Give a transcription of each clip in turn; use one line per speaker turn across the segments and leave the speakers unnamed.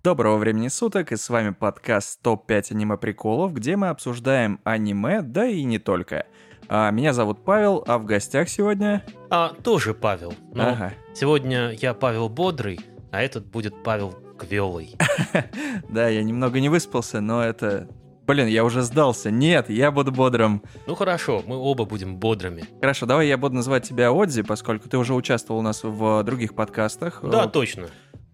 Доброго времени суток, и с вами подкаст ТОП-5 аниме-приколов, где мы обсуждаем аниме, да и не только. Меня зовут Павел, а в гостях сегодня...
Тоже Павел, но
Ага.
сегодня я Павел Бодрый, а этот будет Павел Квелый.
Да, я немного не выспался, но это... Блин, я уже сдался. Нет, я буду бодрым.
Ну хорошо, мы оба будем бодрыми.
Хорошо, давай я буду называть тебя Одзи, поскольку ты уже участвовал у нас в других подкастах.
Да, точно.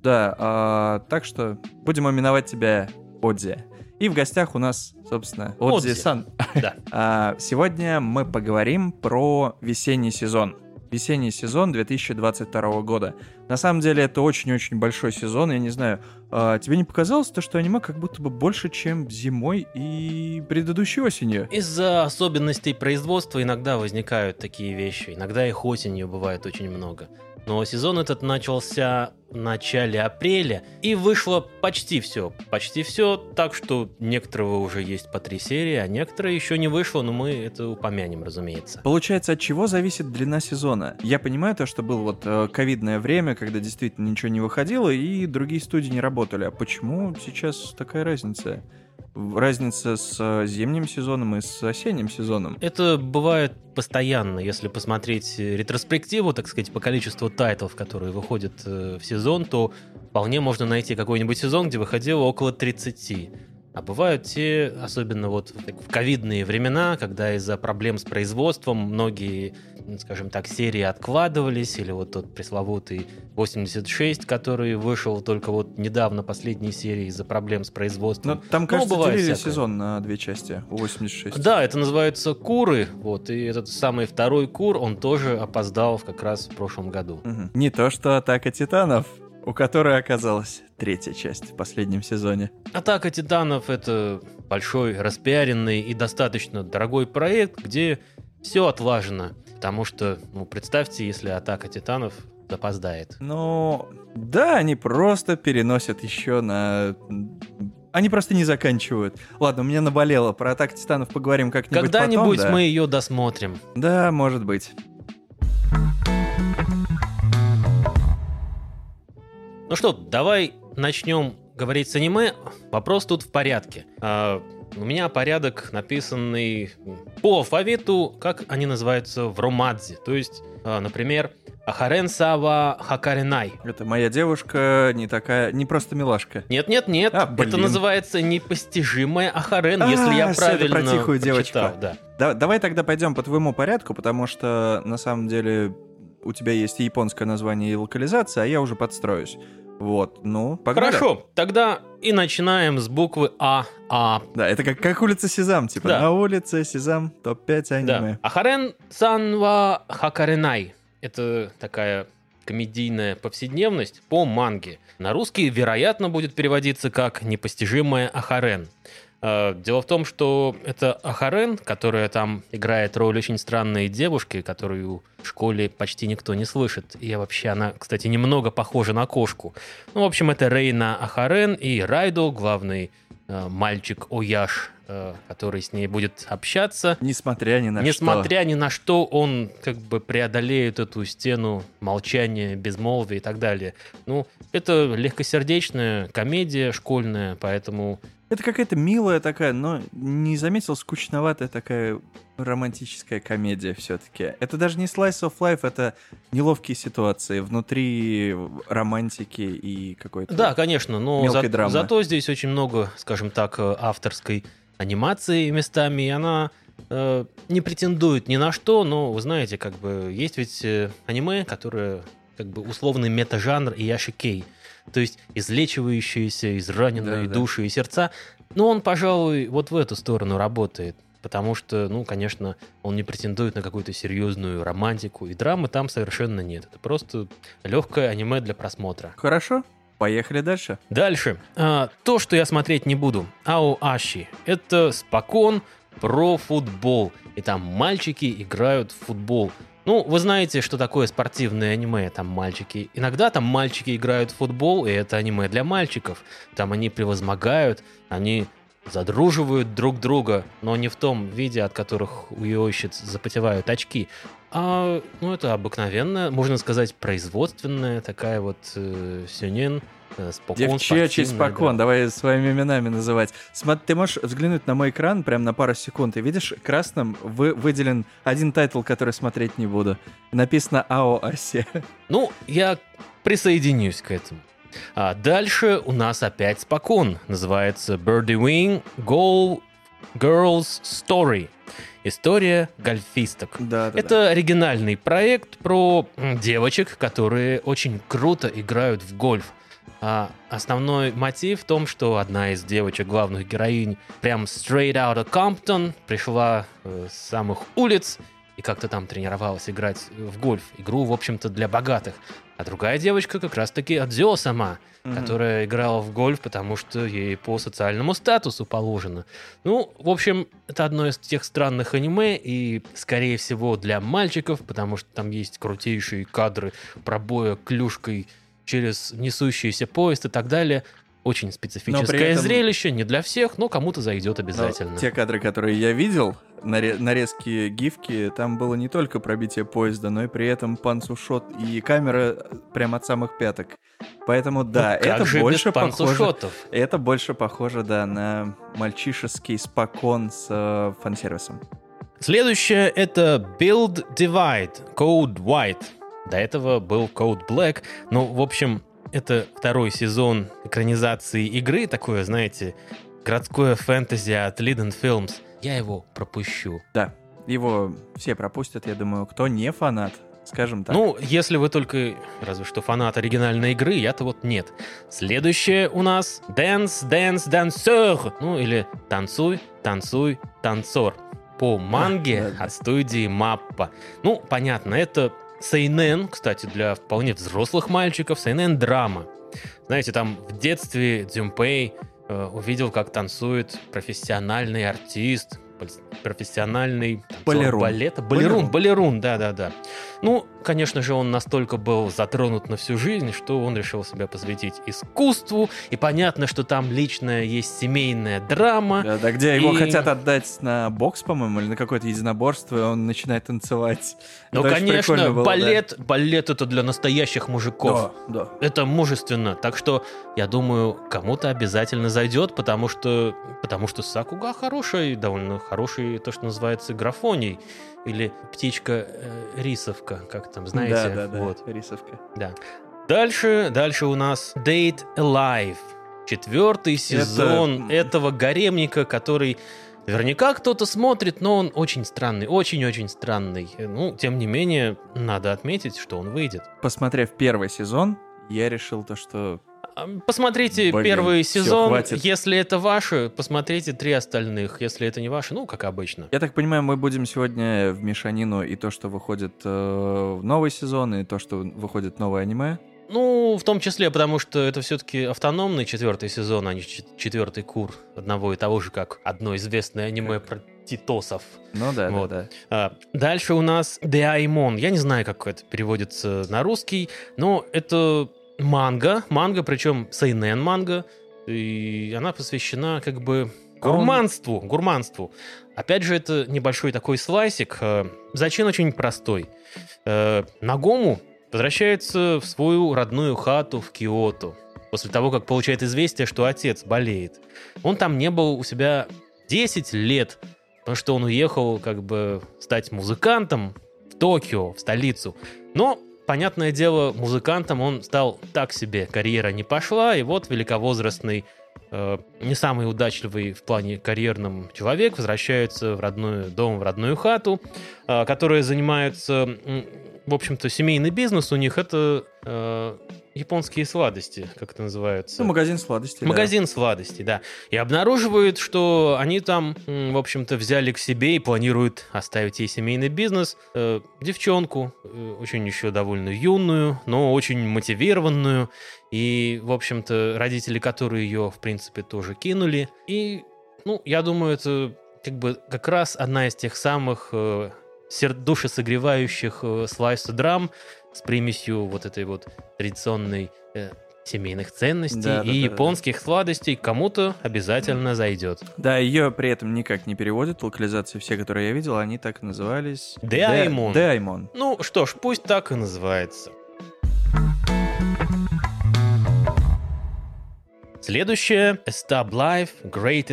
Да, так что будем именовать тебя Одзи. И в гостях у нас, собственно, Одзи-сан.
Да.
Сегодня мы поговорим про весенний сезон. Весенний сезон 2022 года. На самом деле это очень-очень большой сезон, я не знаю, тебе не показалось то, что аниме как будто бы больше, чем зимой и предыдущей осенью?
Из-за особенностей производства иногда возникают такие вещи, иногда их осенью бывает очень много. Но сезон этот начался в начале апреля, и вышло почти все, так что некоторого уже есть по 3 серии, а некоторые еще не вышло, но мы это упомянем, разумеется.
Получается, от чего зависит длина сезона? Я понимаю то, что было ковидное время, когда действительно ничего не выходило, и другие студии не работали. А почему сейчас такая разница? Разница с зимним сезоном и с осенним сезоном?
Это бывает постоянно, если посмотреть ретроспективу, так сказать, по количеству тайтлов, которые выходят в сезон, то вполне можно найти какой-нибудь сезон, где выходило около 30. А бывают те, особенно вот в ковидные времена, когда из-за проблем с производством многие, скажем так, серии откладывались, или вот тот пресловутый 86, который вышел только вот недавно, последней серии, из-за проблем с производством.
Но там, кажется, делили
всякое.
Сезон на 2 части, у 86.
Да, это называется Куры, вот, и этот самый второй Кур, он тоже опоздал как раз в прошлом году.
Угу. Не то что Атака Титанов, у которой оказалась 3-я часть в последнем сезоне.
Атака Титанов — это большой, распиаренный и достаточно дорогой проект, где все отлажено. Потому что, представьте, если Атака Титанов запоздает.
Ну, да, они просто переносят еще на... Они просто не заканчивают. Ладно, у меня наболело. Про Атаку Титанов поговорим как-нибудь
Когда-нибудь
потом, да.
мы ее досмотрим.
Да, может быть.
Ну что, давай начнем говорить с аниме. Вопрос тут в порядке. У меня порядок, написанный по алфавиту, как они называются в ромадзе. То есть, например, Ахарен Сава Хакаринай.
Это моя девушка не просто милашка.
Нет.
Блин.
Это называется непостижимая Ахарен, если я
всё, это
правильно
про тихую
прочитал.
девочку.
Да.
Давай тогда пойдем по твоему порядку, потому что на самом деле у тебя есть и японское название, и локализация, а я уже подстроюсь. Вот, погнали.
Хорошо, тогда и начинаем с буквы А.
Да, это как улица Сезам, типа.
Да.
На улице Сезам, топ-5 аниме.
Да. Ахарен Санва Хакаринай. Это такая комедийная повседневность по манге. На русский, вероятно, будет переводиться как «непостижимая Ахарен». Дело в том, что это Ахарен, которая там играет роль очень странной девушки, которую в школе почти никто не слышит. И вообще она, кстати, немного похожа на кошку. В общем, это Рейна Ахарен и Райдо, главный мальчик Ояш, который с ней будет общаться.
Несмотря ни
на что, он как бы преодолеет эту стену молчания, безмолвия и так далее. Это легкосердечная комедия школьная, поэтому...
Это какая-то милая такая, но не заметил, скучноватая такая романтическая комедия все-таки. Это даже не slice of life, это неловкие ситуации внутри романтики и какой-то
Да, конечно, но
мелкой драмы.
Зато здесь очень много, скажем так, авторской анимации местами, и она не претендует ни на что, но, вы знаете, как бы есть ведь аниме, которое как бы условный метажанр и яшикей. То есть излечивающиеся, израненные души и сердца. Но он, пожалуй, вот в эту сторону работает. Потому что, конечно, он не претендует на какую-то серьезную романтику. И драмы там совершенно нет. Это просто легкое аниме для просмотра.
Хорошо, поехали дальше.
Дальше. То, что я смотреть не буду. Аоаши. Это спокон про футбол. И там мальчики играют в футбол. Вы знаете, что такое спортивное аниме, там мальчики. Иногда там мальчики играют в футбол, и это аниме для мальчиков. Там они превозмогают, они задруживают друг друга, но не в том виде, от которых у йойщиц запотевают очки, а, ну, это обыкновенная, можно сказать, производственная такая вот сюнин, спокон,
Девчачий
спортивная
спокон,
драма.
давай своими именами называть. Смотри, ты можешь взглянуть на мой экран прям на пару секунд, и видишь, красным выделен один тайтл, который смотреть не буду. Написано «АО Асия».
Ну, я присоединюсь к этому. А дальше у нас опять спокон. Называется Birdie Wing Girls Story. История гольфисток.
Да.
Это оригинальный проект про девочек, которые очень круто играют в гольф. А основной мотив в том, что одна из девочек, главных героинь, прям straight out of Compton, пришла с самых улиц и как-то там тренировалась играть в гольф. Игру, в общем-то, для богатых. А другая девочка как раз-таки Адзё сама, которая играла в гольф, потому что ей по социальному статусу положено. Ну, в общем, это одно из тех странных аниме, и, скорее всего, для мальчиков, потому что там есть крутейшие кадры пробоя клюшкой через несущийся поезд и так далее. Очень специфическое зрелище, не для всех, но кому-то зайдет обязательно.
Те кадры, которые я видел, нарезки, гифки, там было не только пробитие поезда, но и при этом панцушот и камера прям от самых пяток. Поэтому да, это больше похоже. Это больше похоже, да, на мальчишеский спокон с фан-сервисом.
Следующее это Build Divide, Code White. До этого был Code Black. Ну, в общем, это второй сезон экранизации игры, такое, знаете, городское фэнтези от Liden Films. Я его пропущу.
Да, его все пропустят, я думаю, кто не фанат, скажем так.
Ну, если вы только, разве что фанат оригинальной игры, я-то вот нет. Следующее у нас Dance, Dance, Danseur. Ну, или Танцуй, Танцуй, Танцор. По манге от студии Маппа. Ну, понятно, это сейнэн, кстати, для вполне взрослых мальчиков, сейнэн-драма. Знаете, там в детстве Дзюмпэй увидел, как танцует профессиональный артист, профессиональный
балерун.
Балета. Балерун, да. Ну, конечно же, он настолько был затронут на всю жизнь, что он решил себя посвятить искусству. И понятно, что там личная есть семейная драма.
Да, где его хотят отдать на бокс, по-моему, или на какое-то единоборство, и он начинает танцевать.
Ну,
это
конечно,
было,
балет это для настоящих мужиков.
Да.
Это мужественно. Так что, я думаю, кому-то обязательно зайдет, потому что Сакуга хороший, довольно хороший, то, что называется графоний. Или птичка-рисовка, как там, знаете.
Да,
вот.
рисовка.
Да. Дальше у нас Date Alive. 4-й сезон этого гаремника, который наверняка кто-то смотрит, но он очень странный, очень-очень странный. Ну, тем не менее, надо отметить, что он выйдет.
Посмотрев первый сезон, я решил то, что...
Посмотрите первый сезон,
хватит.
Если это ваше, посмотрите 3 остальных. Если это не ваше, ну, как обычно.
Я так понимаю, мы будем сегодня в мешанину и то, что выходит новый сезон, и то, что выходит новое аниме.
Ну, в том числе, потому что это все-таки автономный 4-й сезон, а не 4-й кур одного и того же, как одно известное аниме про титосов.
Ну да,
вот.
да.
Дальше у нас Deaimon. Я не знаю, как это переводится на русский, но это манга, причем сейнэн манга, и она посвящена как бы гурманству. Опять же, это небольшой такой слайсик. Зачин очень простой. Нагому возвращается в свою родную хату в Киото после того, как получает известие, что отец болеет. Он там не был у себя 10 лет, потому что он уехал как бы стать музыкантом в Токио, в столицу. Но, понятное дело, музыкантом он стал так себе, карьера не пошла, и вот великовозрастный, не самый удачливый в плане карьерном человек возвращается в родной дом, в родную хату, которая занимается, в общем-то, семейный бизнес у них, это японские сладости, как это называется?
Ну, магазин сладостей.
Магазин сладостей, да. И обнаруживают, что они там, в общем-то, взяли к себе и планируют оставить ей семейный бизнес. Девчонку, очень еще довольно юную, но очень мотивированную. И, в общем-то, родители, которые ее, в принципе, тоже кинули. И, ну, я думаю, это как раз одна из тех самых душесогревающих слайс-драм с примесью вот этой вот традиционной семейных ценностей
Да,
и японских сладостей кому-то обязательно зайдет.
Да, ее при этом никак не переводят. Локализации все, которые я видел, они так и назывались.
Деаймон.
Деаймон.
Ну что ж, пусть так и называется. Следующее — A Stub Life Great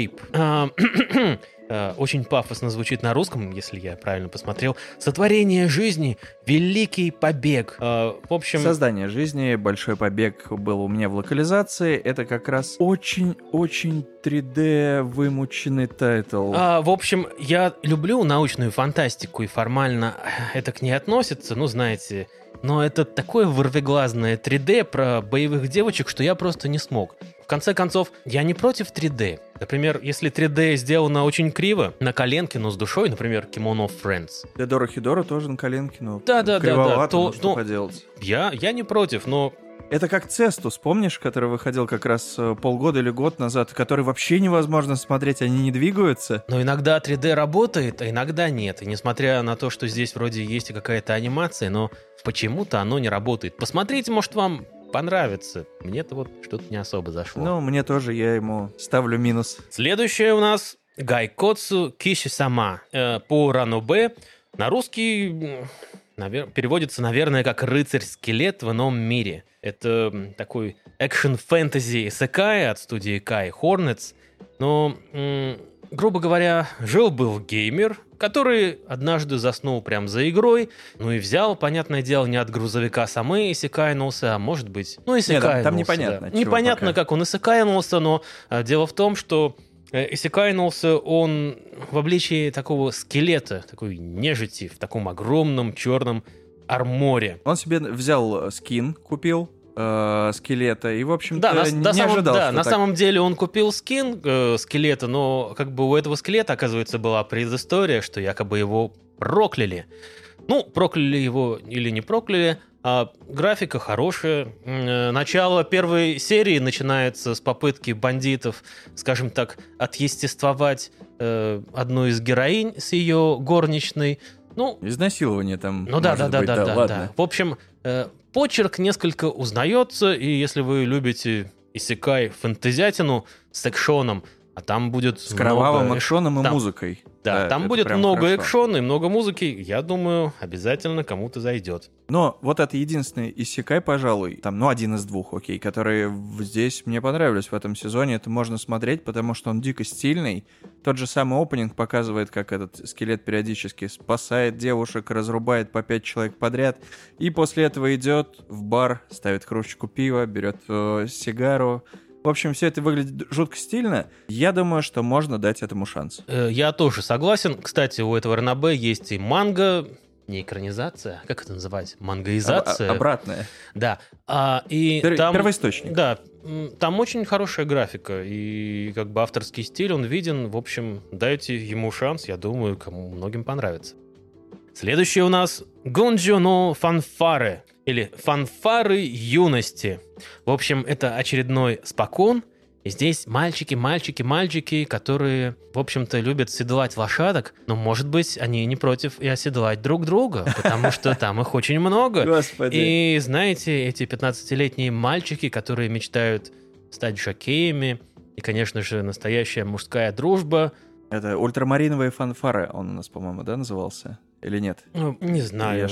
Escape. Очень пафосно звучит на русском, если я правильно посмотрел. Сотворение жизни, великий побег. В общем...
Создание жизни, большой побег был у меня в локализации. Это как раз очень-очень 3D вымученный тайтл.
В общем, я люблю научную фантастику, и формально это к ней относится, ну, знаете... Но это такое вырвиглазное 3D про боевых девочек, что я просто не смог. В конце концов, я не против 3D. Например, если 3D сделано очень криво, на коленке, но с душой, например, Kimono Friends.
Дедора Хидора тоже на коленке, но
Да,
кривовато, ну, что поделать.
Я не против, но...
Это как Цестус, помнишь, который выходил как раз полгода или год назад, который вообще невозможно смотреть, они не двигаются.
Но иногда 3D работает, а иногда нет. И несмотря на то, что здесь вроде есть и какая-то анимация, но почему-то оно не работает. Посмотрите, может, вам понравится. Мне-то вот что-то не особо зашло.
Ну, мне тоже, я ему ставлю минус.
Следующее у нас Гайкоцу Киши-сама. По ранобэ на русский переводится, наверное, как «Рыцарь-скелет в ином мире». Это такой экшн-фэнтези иsekай от студии Kai Hornets. Но, грубо говоря, жил-был геймер, который однажды заснул прям за игрой, ну и взял, понятное дело, не от грузовика самы исекайнулся, а может быть... Ну, исекайнулся,
там непонятно.
Да. Непонятно, как он исекайнулся, но дело в том, что исекайнулся он в обличии такого скелета, такой нежити, в таком огромном черном арморе.
Он себе взял скин, купил скелета, и, в общем-то,
не
ожидал, что
на
так...
самом деле он купил скин скелета, но как бы у этого скелета, оказывается, была предыстория, что якобы его прокляли. Ну, прокляли его или не прокляли, а графика хорошая. Начало первой серии начинается с попытки бандитов, скажем так, отъестествовать одну из героинь с ее горничной. Ну,
изнасилование там.
Ну да. В общем, почерк несколько узнается, и если вы любите исекай фэнтезятину с экшоном, а там будет
с кровавым экшоном и музыкой.
Да, там будет много экшона и много музыки. Я думаю, обязательно кому-то зайдет.
Но вот это единственный иссякай, пожалуй, там, ну, один из двух, окей, которые здесь мне понравились в этом сезоне. Это можно смотреть, потому что он дико стильный. Тот же самый опенинг показывает, как этот скелет периодически спасает девушек, разрубает по 5 человек подряд. И после этого идет в бар, ставит кружечку пива, берет сигару. В общем, все это выглядит жутко стильно. Я думаю, что можно дать этому шанс.
Я тоже согласен. Кстати, у этого ранобэ есть и манга, не экранизация, как это называть? Мангаизация.
Обратная.
Да. И там,
первоисточник.
Да. Там очень хорошая графика, и как бы авторский стиль, он виден. В общем, дайте ему шанс, я думаю, кому многим понравится. Следующее у нас Гонджо но фанфары, или фанфары юности. В общем, это очередной спокон. И здесь мальчики, которые, в общем-то, любят седлать лошадок, но, может быть, они не против и оседлать друг друга, потому что там их очень много.
Господи.
И, знаете, эти 15-летние мальчики, которые мечтают стать жокеями, и, конечно же, настоящая мужская дружба.
Это ультрамариновые фанфары, он у нас, по-моему, да, назывался? Или нет?
Ну, не знаю.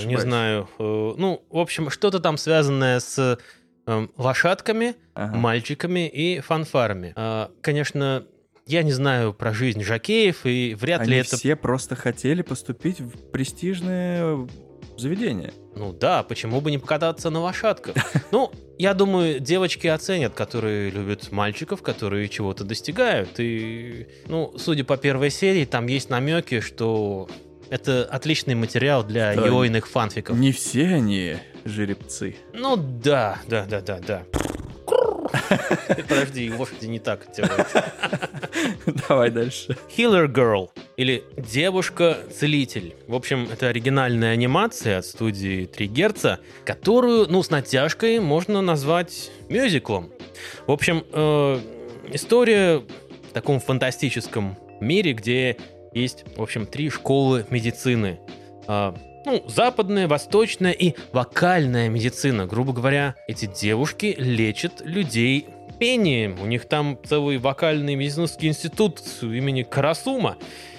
Ну, в общем, что-то там связанное с лошадками, мальчиками и фанфарами. Конечно, я не знаю про жизнь жокеев, и вряд ли это...
все просто хотели поступить в престижное заведение.
Ну да, почему бы не покататься на лошадках? Ну, я думаю, девочки оценят, которые любят мальчиков, которые чего-то достигают. И, ну, судя по первой серии, там есть намеки, что это отличный материал для йойных фанфиков.
Не все они жеребцы.
Ну да. Подожди, лошади не так делают.
Давай дальше.
Healer Girl, или Девушка-целитель. В общем, это оригинальная анимация от студии 3 Герца, которую, ну, с натяжкой можно назвать мюзиклом. В общем, история в таком фантастическом мире, где есть, в общем, 3 школы медицины. западная, восточная и вокальная медицина. Грубо говоря, эти девушки лечат людей пением. У них там целый вокальный медицинский институт имени Карасума.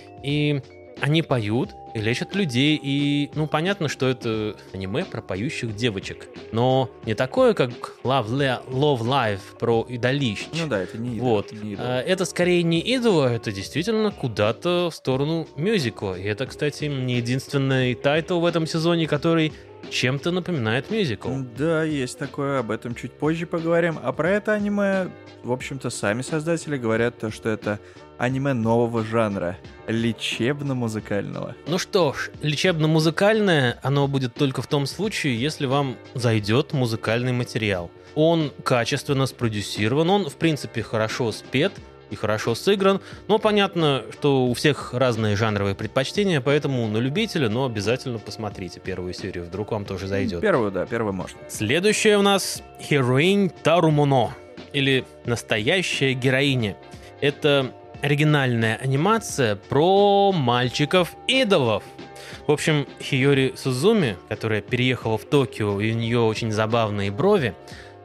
И они поют и лечат людей. И, понятно, что это аниме про поющих девочек. Но не такое, как Love Live про идолищ.
Это не идол.
Вот.
Не идол.
Это скорее не идол, а это действительно куда-то в сторону мюзикла. И это, кстати, не единственный тайтл в этом сезоне, который чем-то напоминает мюзикл.
Да, есть такое, об этом чуть позже поговорим. А про это аниме, в общем-то, сами создатели говорят, что это аниме нового жанра, лечебно-музыкального.
Ну что ж, лечебно-музыкальное, оно будет только в том случае, если вам зайдет музыкальный материал. Он качественно спродюсирован, он, в принципе, хорошо спет и хорошо сыгран, но понятно, что у всех разные жанровые предпочтения, поэтому на любителя, но обязательно посмотрите первую серию, вдруг вам тоже зайдет.
Первую можно.
Следующая у нас Heroine Tarumоно, или Настоящая героиня. Это оригинальная анимация про мальчиков-идолов. В общем, Хиёри Сузуми, которая переехала в Токио, и у нее очень забавные брови,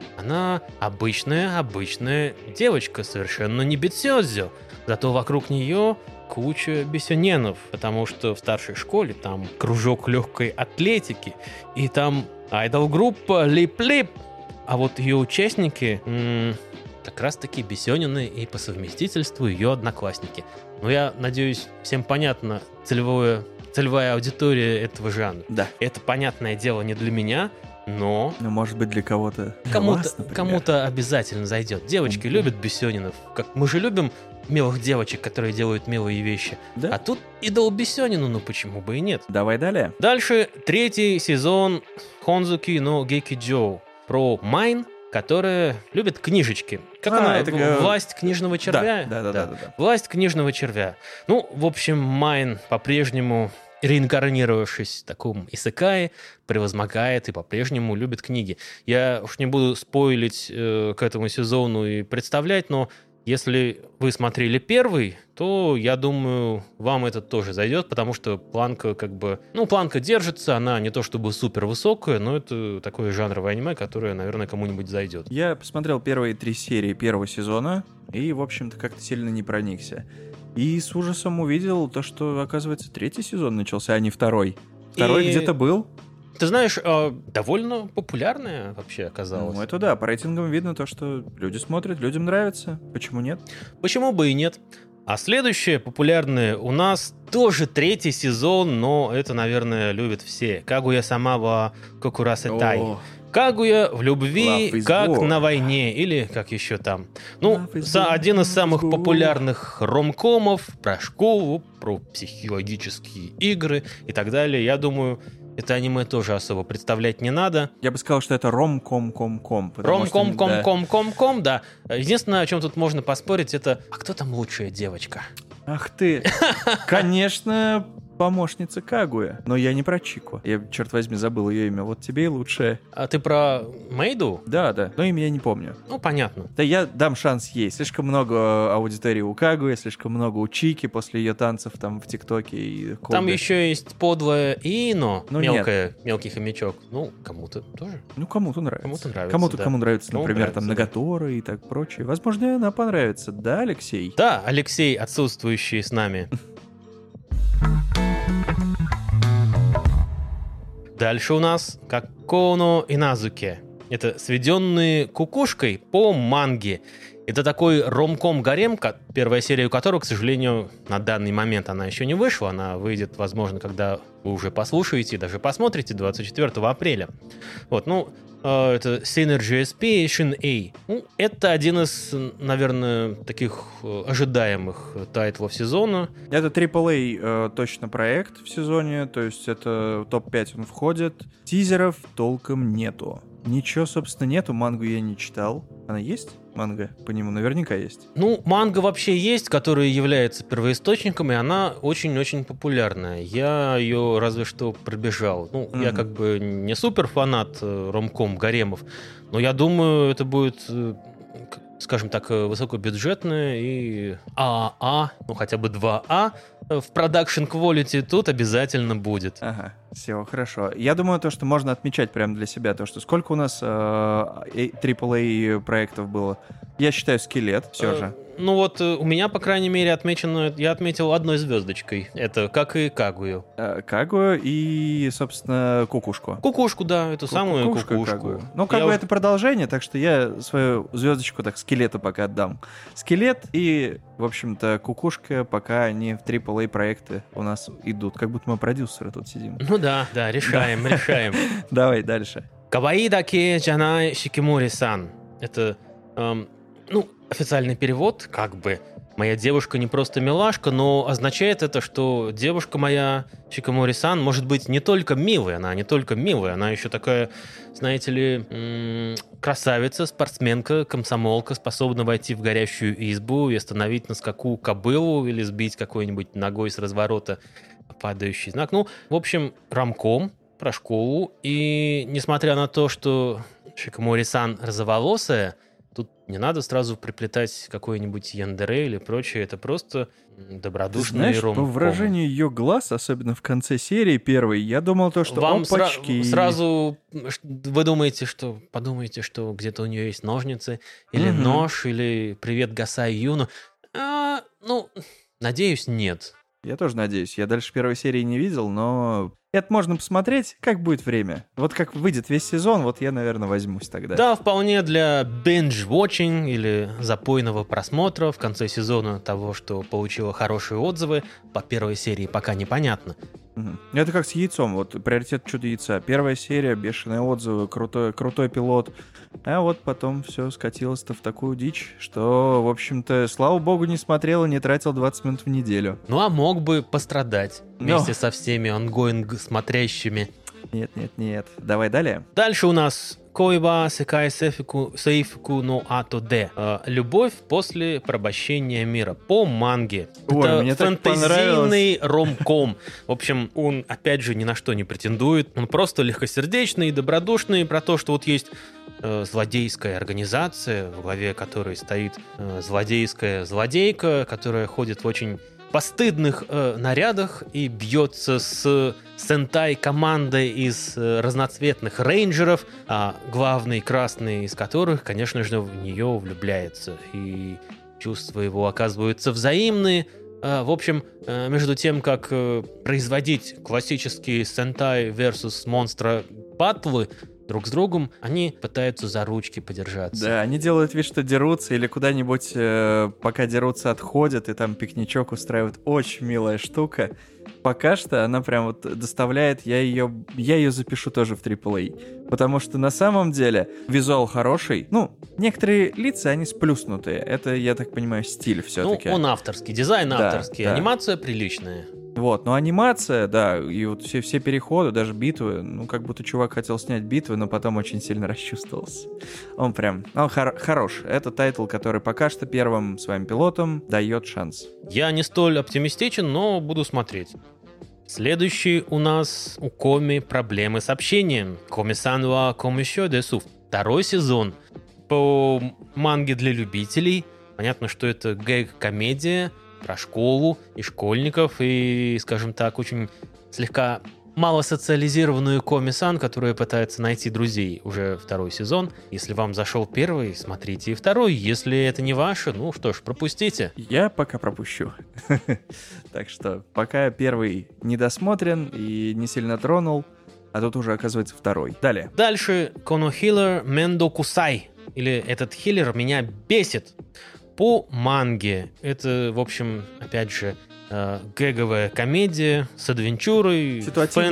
она обычная девочка, совершенно не битсёдзё. Зато вокруг нее куча бисёненов, потому что в старшей школе там кружок легкой атлетики, и там айдол-группа Лип-Лип. А вот ее участники как раз-таки бисёнины и по совместительству ее одноклассники. Но я надеюсь, всем понятна целевая аудитория этого жанра.
Да.
Это, понятное дело, не для меня, но...
может быть, для кого-то.
Кому-то обязательно зайдет. Девочки любят бисёнинов. Как мы же любим милых девочек, которые делают милые вещи.
Да?
А тут идол бисёнину, почему бы и нет.
Давай далее.
Дальше 3-й сезон Хонзуки но Гекиджоу про Майн, которая любит книжечки. Как она?
Это
Власть книжного червя?
Да.
Власть книжного червя. В общем, Майн по-прежнему, реинкарнировавшись в таком исэкае, превозмогает и по-прежнему любит книги. Я уж не буду спойлить к этому сезону и представлять, но если вы смотрели первый, то, я думаю, вам это тоже зайдет, потому что планка планка держится, она не то чтобы супер высокая, но это такое жанровое аниме, которое, наверное, кому-нибудь зайдет.
Я посмотрел первые 3 серии первого сезона и, в общем-то, как-то сильно не проникся. И с ужасом увидел то, что, оказывается, 3-й сезон начался, а не 2-й. 2-й где-то был.
Ты знаешь, довольно популярная вообще оказалась.
Это да, по рейтингам видно то, что люди смотрят, людям нравится. Почему нет?
Почему бы и нет? А следующее популярное у нас тоже 3-й сезон, но это, наверное, любят все. Кагуя-сама ва Кокурасетай. Кагуя в любви, как на войне, или как еще там. Один из самых популярных ромкомов про школу, про психологические игры и так далее. Я думаю, это аниме тоже особо представлять не надо.
Я бы сказал, что это ромком-ком-ком.
Ромком-ком-ком-ком, да. Единственное, о чем тут можно поспорить, это а кто там лучшая девочка?
Ах ты! Конечно, помощница Кагуя. Но я не про Чику. Я, черт возьми, забыл ее имя. Вот тебе и лучшее.
А ты про Мэйду?
Да. Но имя я не помню.
Понятно.
Да я дам шанс ей. Слишком много аудитории у Кагуя, слишком много у Чики после ее танцев там в ТикТоке и колбе.
Там еще есть подвое Ино, мелкий хомячок. Кому-то тоже.
Кому-то нравится.
Кому
нравится, например, там Нагатора и так прочее. Возможно, она понравится. Да, Алексей?
Да, Алексей, отсутствующий с нами. Дальше у нас Каконо Иназуке. Это сведенные кукушкой по манге. Это такой ромком-гарем, первая серия которого, к сожалению, на данный момент она еще не вышла. Она выйдет, возможно, когда вы уже послушаете, даже посмотрите 24 апреля. Это Synergy SP Shin-A. Это один из, наверное, таких ожидаемых тайтлов сезона.
Это AAA точно проект в сезоне, то есть это топ-5 он входит. Тизеров толком нету. Ничего, собственно, нету, мангу я не читал. Она есть? Манга по нему наверняка есть.
Манга вообще есть, которая является первоисточником, и она очень-очень популярная. Я ее разве что пробежал. Я как бы не супер фанат ромком гаремов, но я думаю, это будет скажем так, высокобюджетное и ААА, ну хотя бы 2А в продакшн quality тут обязательно будет.
Ага, все, хорошо. Я думаю, то, что можно отмечать прямо для себя, то, что сколько у нас AAA проектов было. Я считаю, «Скелет» все же.
Ну вот у меня, по крайней мере, отмечено, я отметил одной звездочкой. Это как и Кагую.
Кагую и, собственно, Кукушку.
Кукушку, да, эту самую Кукушку.
Кагую. Ну, как бы это продолжение, так что я свою звездочку так «Скелету» пока отдам. «Скелет» и, в общем-то, Кукушка, пока они в AAA проекты у нас идут. Как будто мы продюсеры тут сидим.
Ну да, решаем.
Давай дальше.
Каваи даке джанай Шикимори-сан. Это, официальный перевод, как бы. Моя девушка не просто милашка, но означает это, что девушка моя, Шикимори-сан, может быть не только милая, она еще такая, знаете ли, красавица, спортсменка, комсомолка, способна войти в горящую избу и остановить на скаку кобылу или сбить какой-нибудь ногой с разворота падающий знак. Ну, в общем, ромком про школу, и несмотря на то, что Шикимори-сан розоволосая, тут не надо сразу приплетать какой-нибудь яндере или прочее, это просто добродушный ромком.
По выражению ее глаз, особенно в конце серии первой, я думал то, что
вам
опачки...
сразу вы подумаете, что где-то у нее есть ножницы, или нож, или привет Гасай Юну. Надеюсь, нет.
Я тоже надеюсь. Я дальше первой серии не видел, но это можно посмотреть, как будет время. Вот как выйдет весь сезон, вот я, наверное, возьмусь тогда.
Да, вполне для binge-watching или запойного просмотра в конце сезона того, что получило хорошие отзывы. По первой серии пока непонятно.
Это как с яйцом. Вот приоритет «Чудо яйца». Первая серия, бешеные отзывы, крутой пилот. А вот потом все скатилось-то в такую дичь, что, в общем-то, слава богу, не смотрел и не тратил 20 минут в неделю.
Ну, а мог бы пострадать вместе со всеми онгоинг смотрящими.
Нет. Давай далее.
Дальше у нас Коиба Секай Сейфуку но Ато Де. Любовь после порабощения мира. По манге.
Ой,
это
мне
фэнтезийный ромком. В общем, он, опять же, ни на что не претендует. Он просто легкосердечный, добродушный, про то, что вот есть злодейская организация, в главе которой стоит злодейская злодейка, которая ходит в очень постыдных нарядах и бьется с сентай-командой из разноцветных рейнджеров, а главный красный из которых, конечно же, в нее влюбляется. И чувства его оказываются взаимные. В общем, между тем, как производить классические сентай versus монстра батлы друг с другом, они пытаются за ручки подержаться.
Да, они делают вид, что дерутся, или куда-нибудь, пока дерутся, отходят, и там пикничок устраивают. Очень милая штука. Пока что она прям вот доставляет, я ее запишу тоже в AAA. Потому что на самом деле визуал хороший. Ну, некоторые лица, они сплюснутые. Это, я так понимаю, стиль все-таки.
Ну, он авторский, дизайн авторский, да. Анимация приличная.
Вот, но анимация, да, и вот все переходы, даже битвы, ну, как будто чувак хотел снять битвы, но потом очень сильно расчувствовался. Он хорош. Это тайтл, который пока что первым своим пилотом дает шанс.
Я не столь оптимистичен, но буду смотреть. Следующий у нас у Коми проблемы с общением. Коми-сан ва комишё десу. Второй сезон. По манге для любителей. Понятно, что это гэг-комедия про школу и школьников, и, скажем так, очень слегка малосоциализированную Коми-сан, которая пытается найти друзей. Уже второй сезон. Если вам зашел первый, смотрите и второй. Если это не ваше, ну что ж, пропустите.
Я пока пропущу. Так что пока первый недосмотрен и не сильно тронул, а тут уже оказывается второй. Далее.
Дальше Конохиллер Мендо Кусай. Или этот хиллер меня бесит. По манге. Это, в общем, опять же, гэговая комедия с адвенчурой,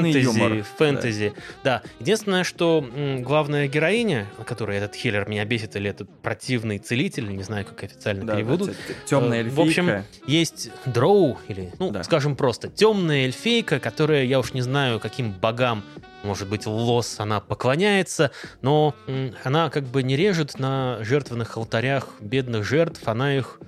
фэнтези. Да. Единственное, что главная героиня, которая этот хиллер меня бесит, или этот противный целитель, не знаю, как официально переведут.
Темная эльфийка.
В общем, есть дроу, или, скажем просто, темная эльфийка, которая, я уж не знаю, каким богам, может быть, лос, она поклоняется, но она как бы не режет на жертвенных алтарях бедных жертв, она их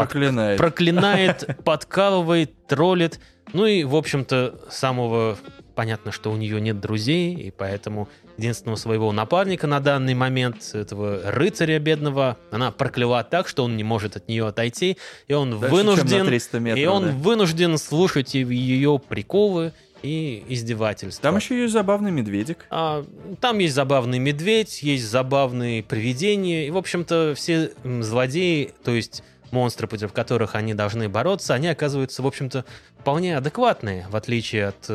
проклинает, подкалывает, троллит. Ну и, в общем-то, самого понятно, что у нее нет друзей, и поэтому единственного своего напарника на данный момент, этого рыцаря бедного, она прокляла так, что он не может от нее отойти, и он
Дальше, чем на
вынужден,
300 метров, да.
вынужден слушать ее приколы и издевательства.
Там еще есть забавный медведик.
Там есть забавный медведь, есть забавные привидения, и, в общем-то, все злодеи, то есть монстры, против которых они должны бороться, они оказываются, в общем-то, вполне адекватные, в отличие от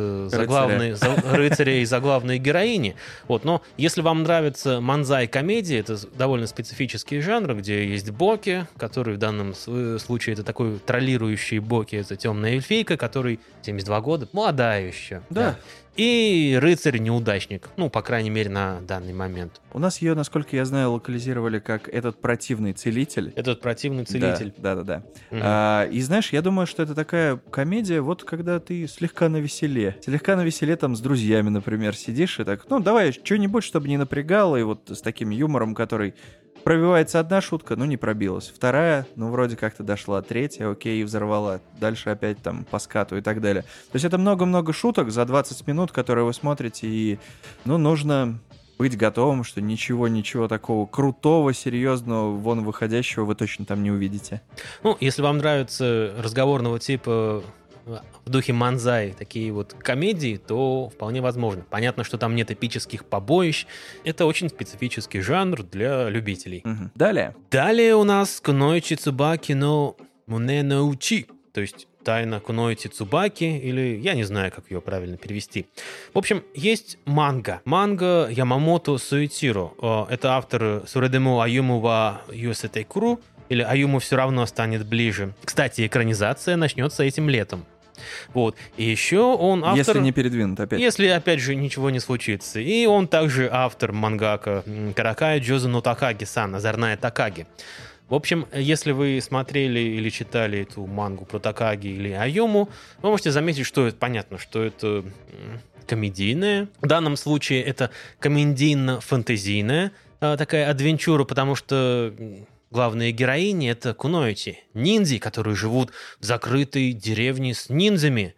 рыцаря и заглавной героини. Вот, но если вам нравится манзай-комедия, это довольно специфический жанр, где есть боки, который в данном случае это такой троллирующий боки, это темная эльфийка, который 72 года, молодая еще.
Да.
И рыцарь-неудачник, ну, по крайней мере, на данный момент.
У нас ее, насколько я знаю, локализировали как «Этот противный целитель».
Этот противный целитель.
Да.
Мгм.
И знаешь, я думаю, что это такая комедия, вот когда ты слегка навеселе. Слегка навеселе там с друзьями, например, сидишь и так, ну, давай что-нибудь, чтобы не напрягало, и вот с таким юмором, который... Пробивается одна шутка, ну не пробилась. Вторая, ну вроде как-то дошла. Третья, окей, взорвала. Дальше опять там по скату и так далее. То есть это много-много шуток за 20 минут, которые вы смотрите, и, ну, нужно быть готовым, что ничего такого крутого, серьезного, вон выходящего вы точно там не увидите.
Ну, если вам нравится разговорного типа в духе манзай такие вот комедии, то вполне возможно. Понятно, что там нет эпических побоищ. Это очень специфический жанр для любителей.
Мгм. Далее.
Далее у нас Куноичи Цубаки но Муне no Учи, то есть Тайна Куноичи Цубаки, или я не знаю, как ее правильно перевести. В общем, есть манга. Манга Ямамото Суэтиро. Это автор Суредему Аюму ва Юсэтэй Куру, или Аюму все равно станет ближе. Кстати, экранизация начнется этим летом. Вот. И еще он автор...
Если не передвинут опять.
Если, опять же, ничего не случится. И он также автор мангака Каракая Джозу но Такаги-сан, Озорная Такаги. В общем, если вы смотрели или читали эту мангу про Такаги или Аюму, вы можете заметить, что это понятно, что это комедийная. В данном случае это комедийно-фантазийная такая адвенчура, потому что... Главные героини — это куноичи, ниндзя, которые живут в закрытой деревне с ниндзями.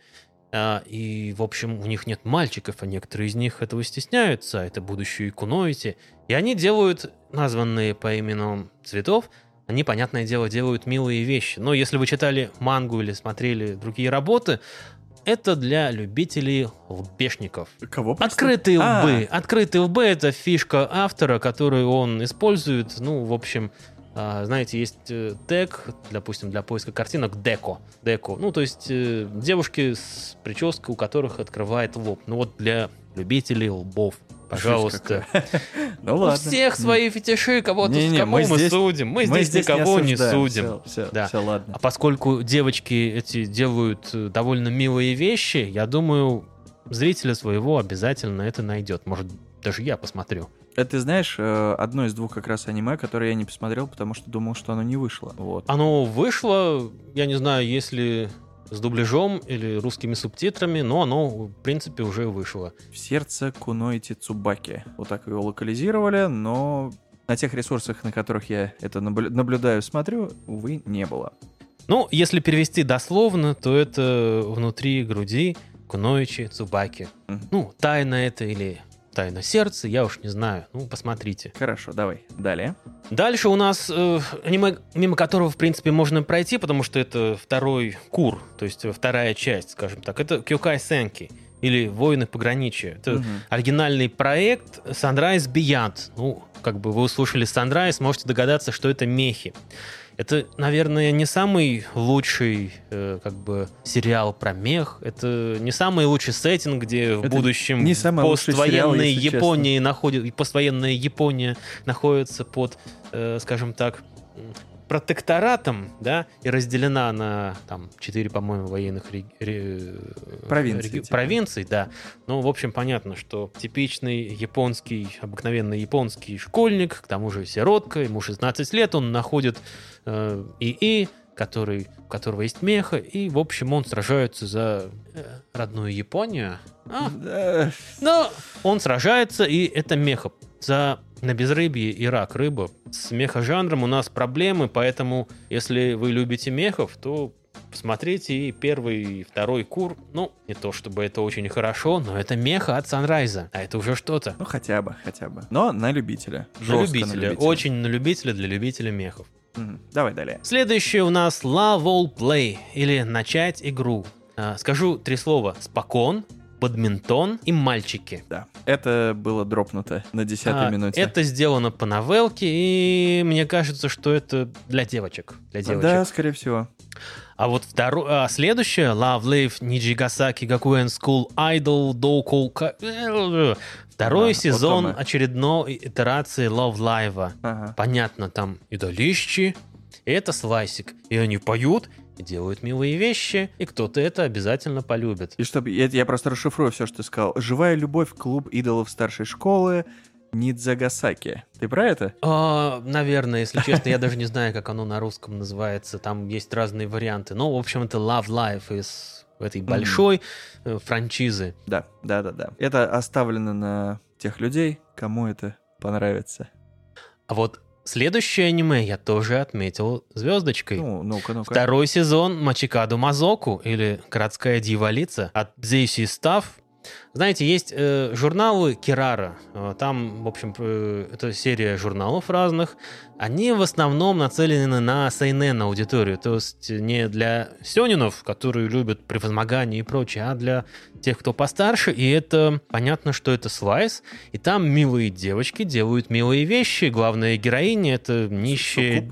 И, в общем, у них нет мальчиков, а некоторые из них этого стесняются. Это будущие куноичи. И они делают, названные по именам цветов, они, понятное дело, делают милые вещи. Но если вы читали мангу или смотрели другие работы, это для любителей лбешников.
Кого?
Открытые лбы. Открытые лбы — это фишка автора, которую он использует, ну, в общем... Знаете, есть тег, допустим, для поиска картинок деко. Ну, то есть девушки с прической, у которых открывает лоб. Ну, вот для любителей лбов. Пожалуйста.
Ну
У
ладно.
всех свои фетиши, кого-то
Не-не,
с кому мы судим. Мы здесь никого не судим.
Все,
Да.
ладно.
А поскольку девочки эти делают довольно милые вещи, я думаю, зрителя своего обязательно это найдет. Может, даже я посмотрю.
Это, ты знаешь, одно из двух как раз аниме, которое я не посмотрел, потому что думал, что оно не вышло. Вот.
Оно вышло, я не знаю, если с дубляжом или русскими субтитрами, но оно, в принципе, уже вышло.
В сердце Куноичи Цубаки. Вот так его локализировали, но на тех ресурсах, на которых я это наблюдаю, смотрю, увы, не было.
Ну, если перевести дословно, то это внутри груди Куноичи Цубаки. Ну, тайна это или... Тайна сердца, я уж не знаю. Ну, посмотрите.
Хорошо, давай. Далее.
Дальше у нас аниме, мимо которого, в принципе, можно пройти, потому что это второй кур, то есть вторая часть, скажем так. Это Кёкай Сенки, или Воины пограничья. Это оригинальный проект Sunrise Beyond. Ну, как бы вы услышали Sunrise, можете догадаться, что это мехи. Это, наверное, не самый лучший как бы сериал про мех. Это не самый лучший сеттинг, где в будущем поствоенная Япония находится под, скажем так, протекторатом, да, и разделена на там 4, по-моему, военных провинций, да. Ну, в общем, понятно, что типичный японский, обыкновенный японский школьник, к тому же сиротка, ему 16 лет, он находит ИИ, у которого есть меха, и, в общем, он сражается за родную Японию. Но он сражается, и это меха. На безрыбье и рак рыба. С мехожанром у нас проблемы, поэтому если вы любите мехов, то посмотрите, и первый, и второй кур, ну, не то чтобы это очень хорошо, но это меха от Санрайза, а это уже что-то.
Ну, хотя бы. Но на любителя.
На
Жестко
любителя, очень на любителя, для любителя мехов.
Давай далее.
Следующее у нас Love All Play, или начать игру. Скажу 3 слова: спокон, бадминтон и мальчики.
Да, это было дропнуто на 10-й минуте.
Это сделано по новелке, и мне кажется, что это для девочек.
Да, скорее всего.
А вот следующее, Love Live Nijigasaki Gakuen School Idol Doukou... Второй сезон
вот
очередной итерации Love Live.
Ага.
Понятно, там идолищи, и это слайсик. И они поют, и делают милые вещи, и кто-то это обязательно полюбит.
И чтобы я просто расшифрую все, что ты сказал. Живая любовь, клуб идолов старшей школы, Нидзагасаки. Ты про это?
Наверное, если честно, я даже не знаю, как оно на русском называется. Там есть разные варианты. Но, в общем, это Love Life из этой большой франшизы.
Да. Это оставлено на тех людей, кому это понравится.
А вот следующее аниме я тоже отметил звездочкой.
Ну-ка.
Второй сезон Мачикаду Мазоку, или Городская дьяволица от Зейси Стафф. Знаете, есть журналы Кирара. Там, в общем, это серия журналов разных. Они в основном нацелены на сейнэн аудиторию. То есть не для сёнинов, которые любят превозмогание и прочее, а для тех, кто постарше. И это понятно, что это слайс. И там милые девочки делают милые вещи. Главная героиня — это нищая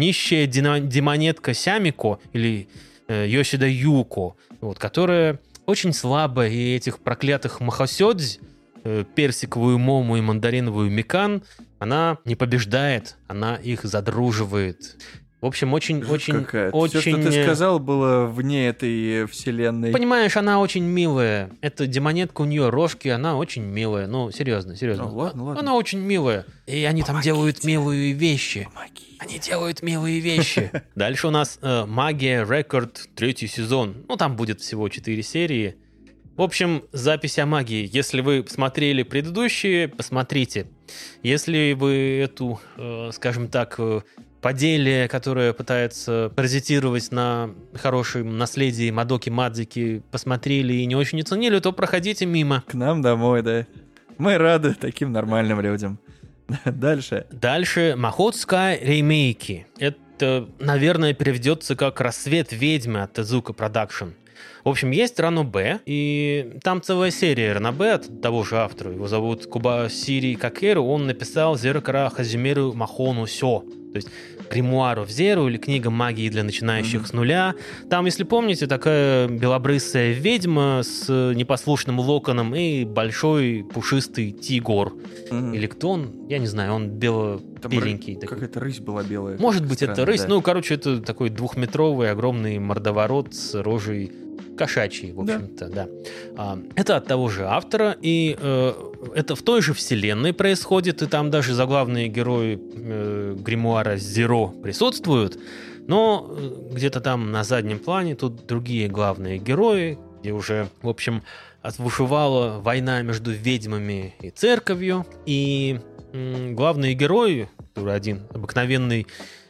демонетка Сямико или Йосида Юко, которая очень слабо, и этих проклятых махосёдзи, персиковую мому и мандариновую микан, она не побеждает, она их задруживает. В общем, очень...
Все, что ты сказал, было вне этой вселенной.
Понимаешь, она очень милая. Эта демонетка, у нее рожки, она очень милая. Ну, серьезно.
Ладно.
Она очень милая. И они там делают милые вещи. Они делают милые вещи. Дальше у нас Магия Рекорд, 3-й сезон. Ну, там будет всего 4 серии. В общем, запись о магии. Если вы смотрели предыдущие, посмотрите. Если вы эту, скажем так, поделие, которое пытается паразитировать на хорошем наследии Мадоки Мадзики, посмотрели и не очень оценили, то проходите мимо.
К нам домой, да. Мы рады таким нормальным людям. Дальше.
Дальше Махотская ремейки. Это, наверное, переведется как «Рассвет ведьмы» от Tezuka Production. В общем, есть Ранобе, и там целая серия Ранобе от того же автора. Его зовут Кубасири Какеру. Он написал «Зерокара Хазимеру Махону Сё». То есть гримуару в Зеру или книга магии для начинающих с нуля. Там, если помните, такая белобрысая ведьма с непослушным локоном и большой пушистый тигр. Или кто он? Я не знаю, он беленький.
Какая-то рысь была белая.
Может быть, это рысь.
Да.
Ну, короче, это такой 2-метровый огромный мордоворот с рожей кошачьей, в общем-то, да. Это от того же автора, и это в той же вселенной происходит, и там даже заглавные герои гримуара Зеро присутствуют, но где-то там на заднем плане тут другие главные герои, где уже, в общем, бушевала война между ведьмами и церковью, и главные герои, который один обыкновенный,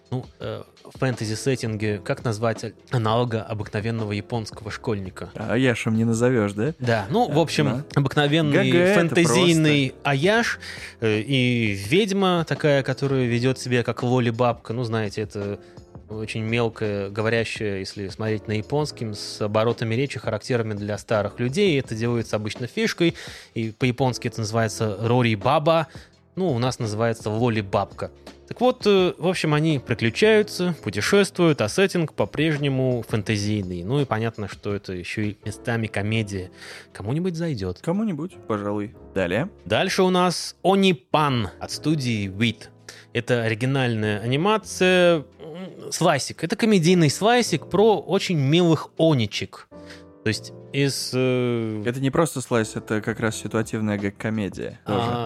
в фэнтези-сеттинге, как назвать аналога обыкновенного японского школьника?
Аяшем не назовешь, да?
Да, в общем, обыкновенный фэнтезийный Аяш и ведьма такая, которая ведет себя как лоли-бабка. Ну, знаете, это очень мелкая, говорящая, если смотреть на японским, с оборотами речи, характерными для старых людей. Это делается обычно фишкой, и по-японски это называется рори-баба. У нас называется лоли-бабка. Так вот, в общем, они приключаются, путешествуют, а сеттинг по-прежнему фэнтезийный. Ну и понятно, что это еще и местами комедия. Кому-нибудь зайдет.
Кому-нибудь, пожалуй. Далее.
Дальше у нас Онипан от студии WIT. Это оригинальная анимация. Слайсик. Это комедийный слайсик про очень милых оничек. То есть из...
Это не просто слайс, это как раз ситуативная комедия.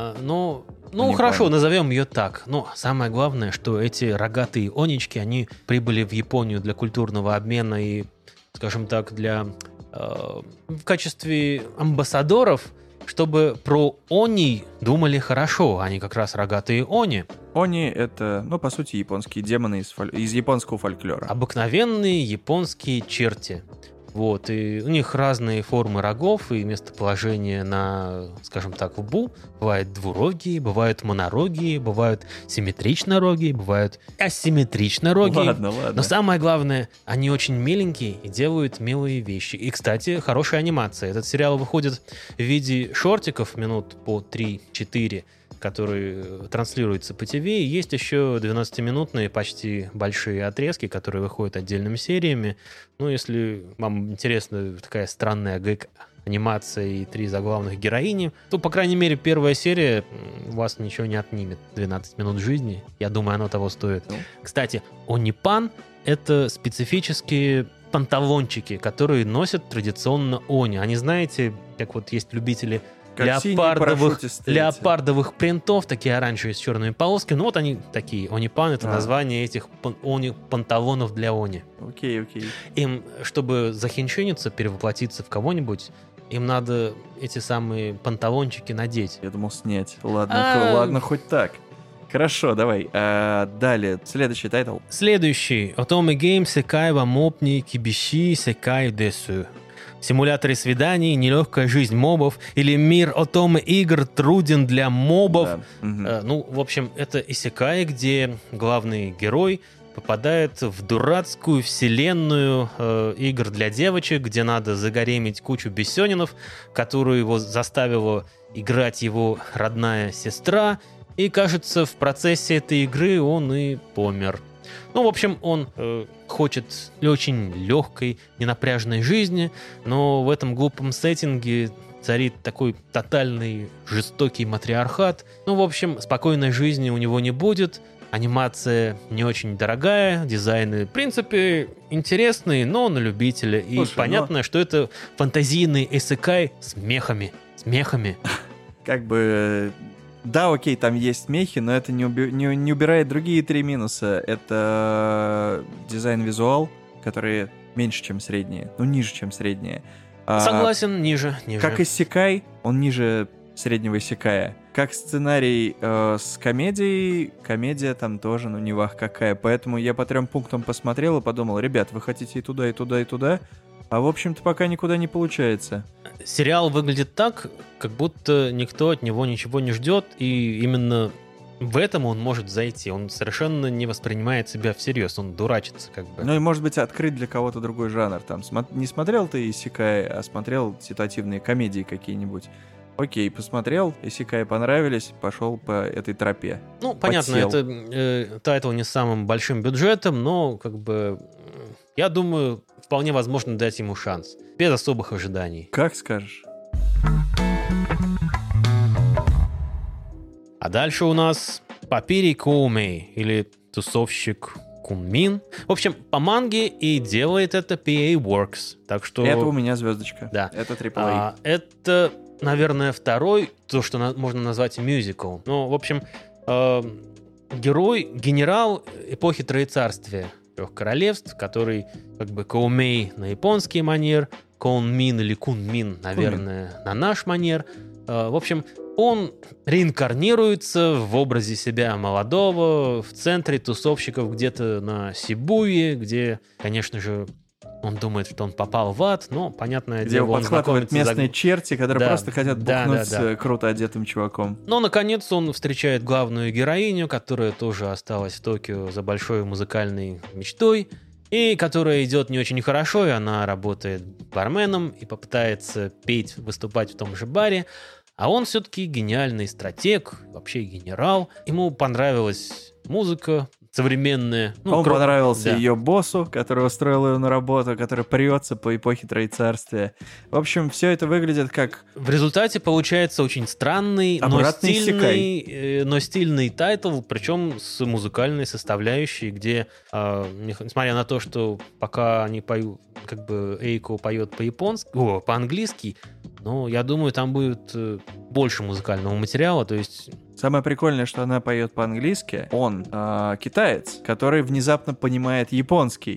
Хорошо, назовем ее так. Но самое главное, что эти рогатые онички, они прибыли в Японию для культурного обмена и, скажем так, в качестве амбассадоров чтобы про они думали хорошо. Они как раз рогатые они.
Они — это, по сути, японские демоны из японского фольклора.
Обыкновенные японские черти. Вот, и у них разные формы рогов и местоположение на, скажем так, лбу. Бывают двурогие, бывают монорогие, бывают симметричнорогие, бывают асимметричнорогие.
Ладно.
Но самое главное, они очень миленькие и делают милые вещи. И, кстати, хорошая анимация. Этот сериал выходит в виде шортиков минут по 3-4, которые транслируются по ТВ. И есть еще 12-минутные почти большие отрезки, которые выходят отдельными сериями. Если вам интересна такая странная анимация и 3 заглавных героини, то, по крайней мере, первая серия у вас ничего не отнимет. 12 минут жизни. Я думаю, оно того стоит. Кстати, онипан — это специфические панталончики, которые носят традиционно они. Они, знаете, как вот есть любители леопардовых принтов, такие оранжевые с черными полосками. Они такие. Онипан — это название этих панталонов для они.
Окей.
Им, чтобы захинчениться, перевоплотиться в кого-нибудь, им надо эти самые панталончики надеть.
Я думал снять. Ладно, хоть так. Хорошо, давай. Далее, следующий тайтл.
Следующий. Otome Game Sekai wa Mobni Kibishi Sekai desu. Симуляторы свиданий, нелегкая жизнь мобов или мир Отоме игр труден для мобов.
Да.
В общем, это исекай, где главный герой попадает в дурацкую вселенную игр для девочек, где надо загоремить кучу бесенинов, которую его заставила играть его родная сестра, и, кажется, в процессе этой игры он и помер. В общем, он хочет очень легкой, ненапряженной жизни, но в этом глупом сеттинге царит такой тотальный, жестокий матриархат. В общем, спокойной жизни у него не будет, анимация не очень дорогая, дизайны, в принципе, интересные, но на любителя. И
Слушай,
понятно, что это фантазийный исекай с мехами.
Как бы... Да, окей, там есть мехи, но это не убирает другие 3 минуса. Это дизайн-визуал, которые меньше, чем средние. Ниже, чем средние.
Согласен, ниже.
Как иссякай, он ниже среднего иссякая. Как сценарий с комедией, комедия там тоже, не вах какая. Поэтому я по 3 пунктам посмотрел и подумал, ребят, вы хотите и туда, и туда, и туда? А в общем-то пока никуда не получается.
Сериал выглядит так, как будто никто от него ничего не ждет, и именно в этом он может зайти. Он совершенно не воспринимает себя всерьез, он дурачится как бы.
И может быть открыть для кого-то другой жанр. Там не смотрел ты исекай, а смотрел ситуативные комедии какие-нибудь. Окей, посмотрел, исекай понравились, пошел по этой тропе.
Понятно,
подсел.
это тайтл не с самым большим бюджетом, но как бы я думаю, вполне возможно дать ему шанс. Без особых ожиданий.
Как скажешь.
А дальше у нас Папири Коумей, или тусовщик Кунмин. В общем, по манге и делает это PA Works. Так что...
Это у меня звездочка.
Да.
Это AAA.
Это, наверное, второй, то, что можно назвать мюзикл. В общем, генерал эпохи Троецарствия. 3 королевств, который как бы Коумей на японский манер, Конмин или Кунмин, наверное, на наш манер. В общем, он реинкарнируется в образе себя молодого в центре тусовщиков где-то на Сибуе, где, конечно же, он думает, что он попал в ад, но, понятное
где
дело,
его подхватывают местные черти, которые просто хотят бухнуть с круто одетым чуваком.
Но, наконец, он встречает главную героиню, которая тоже осталась в Токио за большой музыкальной мечтой, и которая идет не очень хорошо, и она работает барменом и попытается петь, выступать в том же баре, а он все-таки гениальный стратег, вообще генерал. Ему понравилась музыка современная.
Он понравился ее боссу, который устроил ее на работу, который прется по эпохе Троецарствия. В общем, все это выглядит как...
В результате получается очень странный, но стильный тайтл, причем с музыкальной составляющей, где, несмотря на то, что пока они поют, как бы Эйко поет по-английски, но я думаю, там будет больше музыкального материала, то есть...
Самое прикольное, что она поет по-английски. Он китаец, который внезапно понимает японский.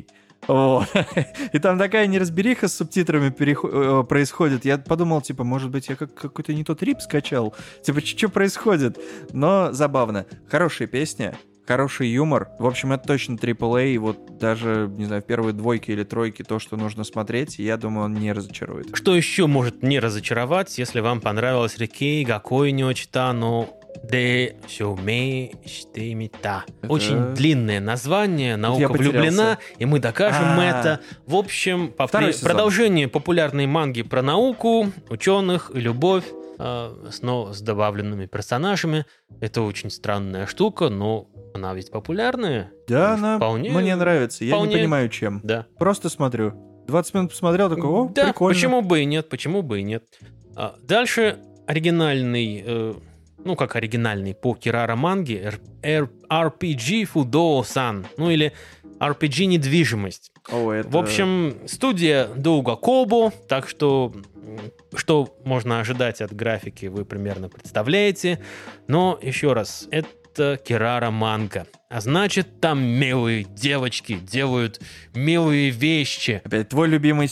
Вот. И там такая неразбериха с субтитрами происходит. Я подумал, типа, может быть, я какой-то не тот рип скачал. Типа, что происходит? Но забавно. Хорошая песня, хороший юмор. В общем, это точно AAA. И вот даже, не знаю, в первой двойке или тройке то, что нужно смотреть, я думаю, он не разочарует.
Что еще может не разочаровать, если вам понравилось Рикей, Гакой Нёчитано де Сюмей Штимита. Очень длинное название, наука влюблена, и мы докажем это. В общем, продолжение популярной манги про науку, ученых и любовь, снова с добавленными персонажами. Это очень странная штука, но она ведь популярная.
Да, она мне нравится. Я не понимаю, чем.
Да.
Просто смотрю. 20 минут посмотрел, такой, о, да, прикольно.
Почему бы и нет. Дальше оригинальный... как оригинальный по Кирара манге, RPG Fudo-san, или RPG недвижимость. В общем, студия Доуга Кобо, так что можно ожидать от графики, вы примерно представляете. Но, еще раз, это Кирара манга. А значит, там милые девочки делают милые вещи.
Опять, твой любимый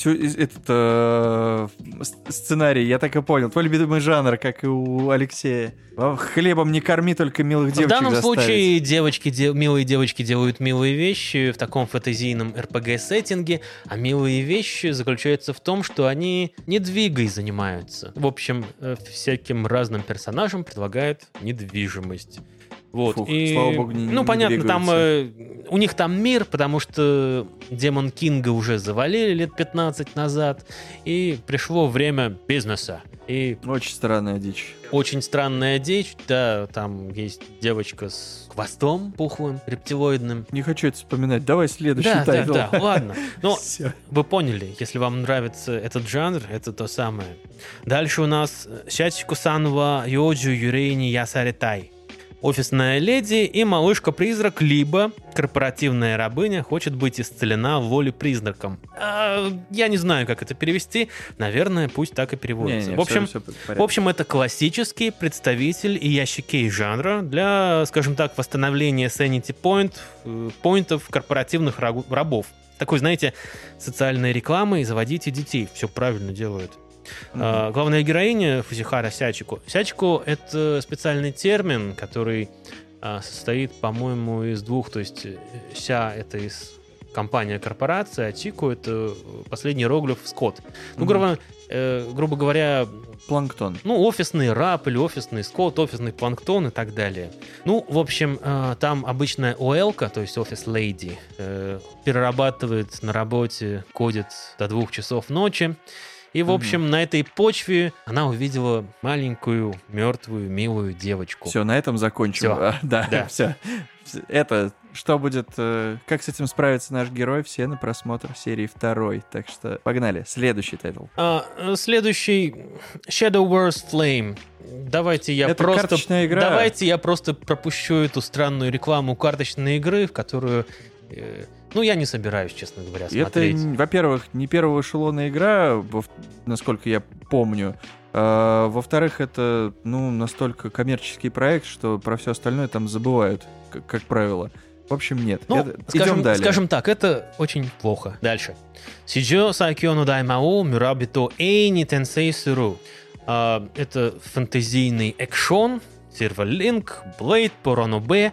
сценарий, я так и понял. Твой любимый жанр, как и у Алексея. Хлебом не корми, только милых девочек
заставить. В данном
заставить.
случае милые девочки делают милые вещи в таком фэнтезийном RPG-сеттинге, а милые вещи заключаются в том, что они недвигой занимаются. В общем, всяким разным персонажам предлагают недвижимость. Вот.
Фух, слава богу, не
понятно,
двигаются.
У них там мир, потому что Демон Кинга уже завалили лет 15 назад, и пришло время бизнеса. И
очень странная дичь.
Очень странная дичь, да, там есть девочка с хвостом пухлым, рептилоидным.
Не хочу это вспоминать, давай следующий тайтл.
Да, ладно. Но вы поняли, если вам нравится этот жанр, это то самое. Дальше у нас Сячику-сан ва Йоджу Юрейни Ясаритай. Офисная леди и малышка-призрак, либо корпоративная рабыня хочет быть исцелена волей-призраком. Я не знаю, как это перевести. Наверное, пусть так и переводится. В общем, это классический представитель иясикей жанра для, скажем так, восстановления sanity поинтов корпоративных рабов. Такой, знаете, социальной рекламой заводите детей. Все правильно делают. Главная героиня Фусихара Сячико. Сячико — это специальный термин, который состоит, по-моему, из двух. То есть ся — это из компания, корпорация, а Чико — это последний иероглиф скот. Грубо говоря...
Планктон.
Офисный раб или офисный скот, офисный планктон и так далее. В общем, там обычная ОЛ-ка, то есть офис-лейди, перерабатывает на работе, кодит до 2 часов ночи. И, в общем, на этой почве она увидела маленькую, мертвую, милую девочку.
Все, на этом закончим. Да, все. Это, что будет, как с этим справится наш герой, все на просмотр серии 2. Так что погнали. Следующий тайтл.
Следующий Shadow Wars Flame. Давайте я просто пропущу эту странную рекламу карточной игры, в которую... я не собираюсь, честно говоря, смотреть.
Это, во-первых, не первого эшелона игра, насколько я помню. Во-вторых, это, настолько коммерческий проект, что про все остальное там забывают, как правило. В общем, нет. Идем далее. Скажем
так, это очень плохо. Дальше. Сиджо сайкё но даймао мюрабито эйни тенсей сыру. Это фэнтезийный экшон, Сирвалинк, Блейд, Поронобе.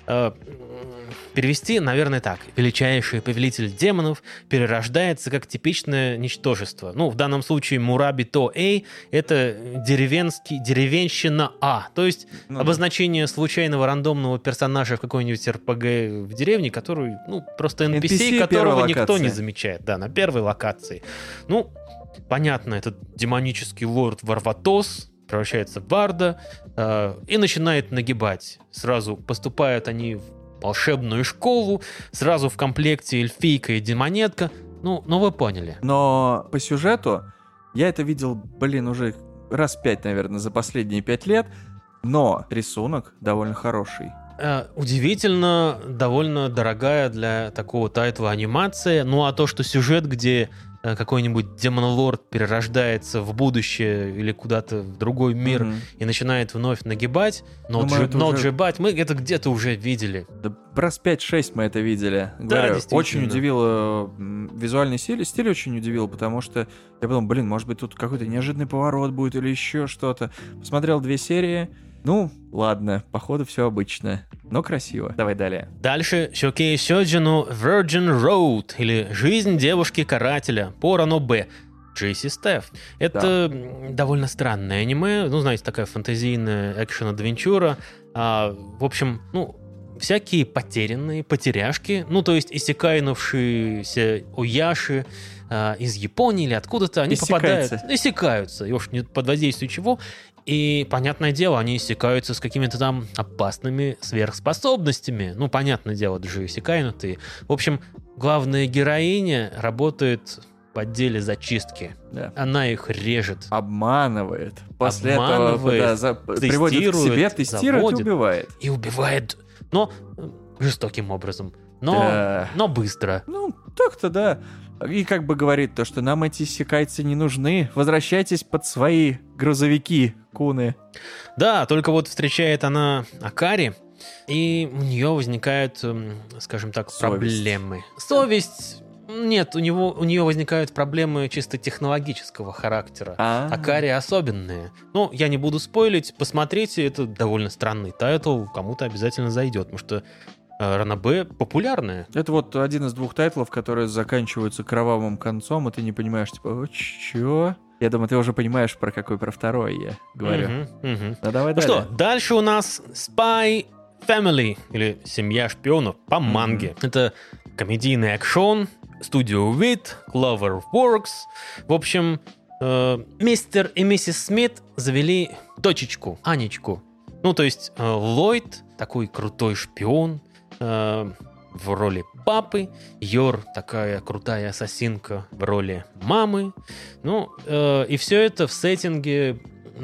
Перевести, наверное, так. Величайший повелитель демонов перерождается как типичное ничтожество. В данном случае Мурабито Эй — это деревенщина А. То есть обозначение случайного рандомного персонажа в какой-нибудь РПГ в деревне, который, просто NPC которого никто не замечает. Да, на первой локации. Понятно, этот демонический лорд Варватос превращается в барда и начинает нагибать. Сразу поступают они в волшебную школу, сразу в комплекте эльфийка и демонетка. Вы поняли.
Но по сюжету я это видел, уже раз 5, наверное, за последние 5 лет, но рисунок довольно хороший.
Удивительно, довольно дорогая для такого тайтла анимация. А то, что сюжет, где какой-нибудь демонлорд перерождается в будущее или куда-то в другой мир и начинает вновь нагибать, но джибать, мы это где-то уже видели.
Да, раз 5-6 мы это видели. Говорю, очень удивило визуальный стиль очень удивил, потому что я подумал, может быть, тут какой-то неожиданный поворот будет или еще что-то. Посмотрел 2 серии. Ну, ладно, походу все обычно, но красиво. Давай далее.
Дальше Сёкей Сёджину Virgin Road, или «Жизнь девушки-карателя» по Ранобэ. Джейси Стеф. Это довольно странное аниме, знаете, такая фэнтезийная экшен-адвенчура. В общем, всякие потерянные, потеряшки, то есть иссякайнувшиеся ояши из Японии или откуда-то, они иссякаются, и уж не под воздействием чего. И, понятное дело, они иссякаются с какими-то там опасными сверхспособностями. Понятное дело, даже иссякаянутые. В общем, главная героиня работает в отделе зачистки. Да. Она их режет.
Обманывает. После этого приводит к себе, тестирует, заводит, и убивает.
И убивает, но жестоким образом. Но быстро.
Так-то да. И как бы говорит то, что нам эти иссякайцы не нужны. Возвращайтесь под свои грузовики, куны.
Да, только вот встречает она Акари, и у нее возникают, скажем так, проблемы. Совесть... Нет, у нее возникают проблемы чисто технологического характера. Акари особенные. Я не буду спойлить, посмотрите, это довольно странный тайтл, кому-то обязательно зайдет, потому что Ранобэ популярная.
Это вот один из 2 тайтлов, которые заканчиваются кровавым концом, и ты не понимаешь, чё? Я думаю, ты уже понимаешь, про второй я говорю. Ну, давай далее.
Что, дальше у нас Spy Family, или «Семья шпионов» по манге. Это комедийный экшон, студио Wit, Cloverworks. В общем, мистер и миссис Смит завели дочечку, Анечку. То есть Ллойд, такой крутой шпион, в роли папы, Йор, такая крутая ассасинка, в роли мамы. И все это в сеттинге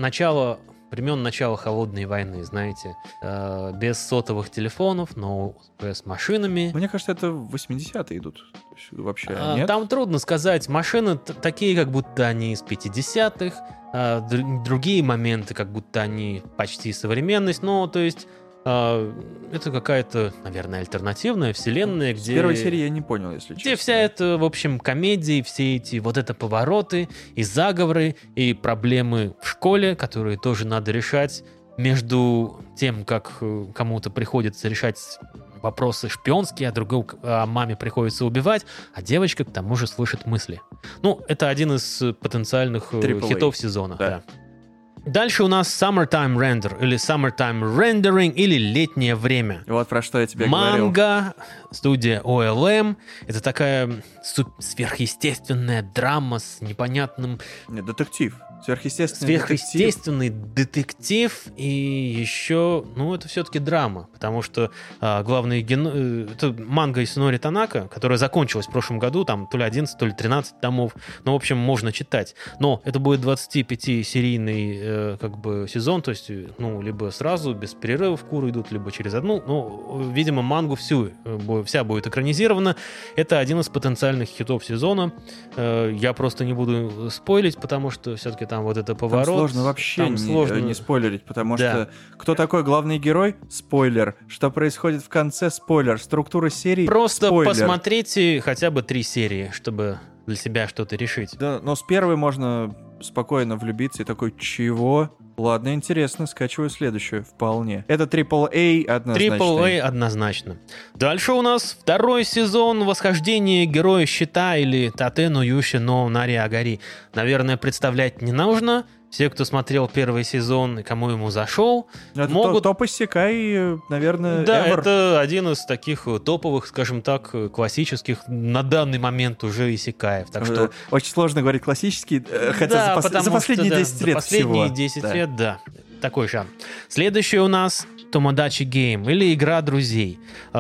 времен начала Холодной войны, знаете, без сотовых телефонов, но с машинами.
Мне кажется, это 80-е идут. Вообще нет?
Там трудно сказать. Машины такие, как будто они из 50-х, другие моменты, как будто они почти современность. То есть это какая-то, наверное, альтернативная вселенная, где...
С первой серии я не понял, если честно.
Где вся эта, в общем, комедия, все эти повороты, и заговоры, и проблемы в школе, которые тоже надо решать, между тем, как кому-то приходится решать вопросы шпионские, а маме приходится убивать, а девочка к тому же слышит мысли. Это один из потенциальных хитов сезона. Да. Дальше у нас Summertime Render, или Summertime Rendering, или «Летнее время».
Вот про что я тебе говорил.
Манга, студия OLM. Это такая сверхъестественная драма с непонятным...
Детектив.
Сверхъестественный детектив, и еще, это все-таки драма, потому что главный это манга Исунори Танака, которая закончилась в прошлом году, там то ли 11, то ли 13 томов, в общем, можно читать. Но это будет 25-серийный сезон, то есть, либо сразу, без перерывов куры идут, либо через одну, видимо, мангу вся будет экранизирована. Это один из потенциальных хитов сезона. Я просто не буду спойлить, потому что все-таки там вот это поворот.
Там сложно вообще не спойлерить, потому что кто такой главный герой? Спойлер. Что происходит в конце? Спойлер. Структура серии?
Просто
спойлер.
Посмотрите хотя бы 3 серии, чтобы для себя что-то решить.
Да, но с первой можно спокойно влюбиться и такой, чего? Ладно, интересно, скачиваю следующую, вполне. Это AAA однозначно.
AAA однозначно. Дальше у нас 2 сезон «Восхождение героя щита» или «Тате но Юши но Нари Агари». Наверное, представлять не нужно. Все, кто смотрел 1 сезон и кому ему зашел,
это
могут...
топ иссякай, наверное,
Да,
ever.
это один из таких топовых, скажем так, классических на данный момент уже иссякаев. Так что...
Очень сложно говорить классический, хотя за последние 10 лет всего.
За последние 10 лет, да. Такой жанр. Следующий у нас Томодачи Гейм, или «Игра друзей».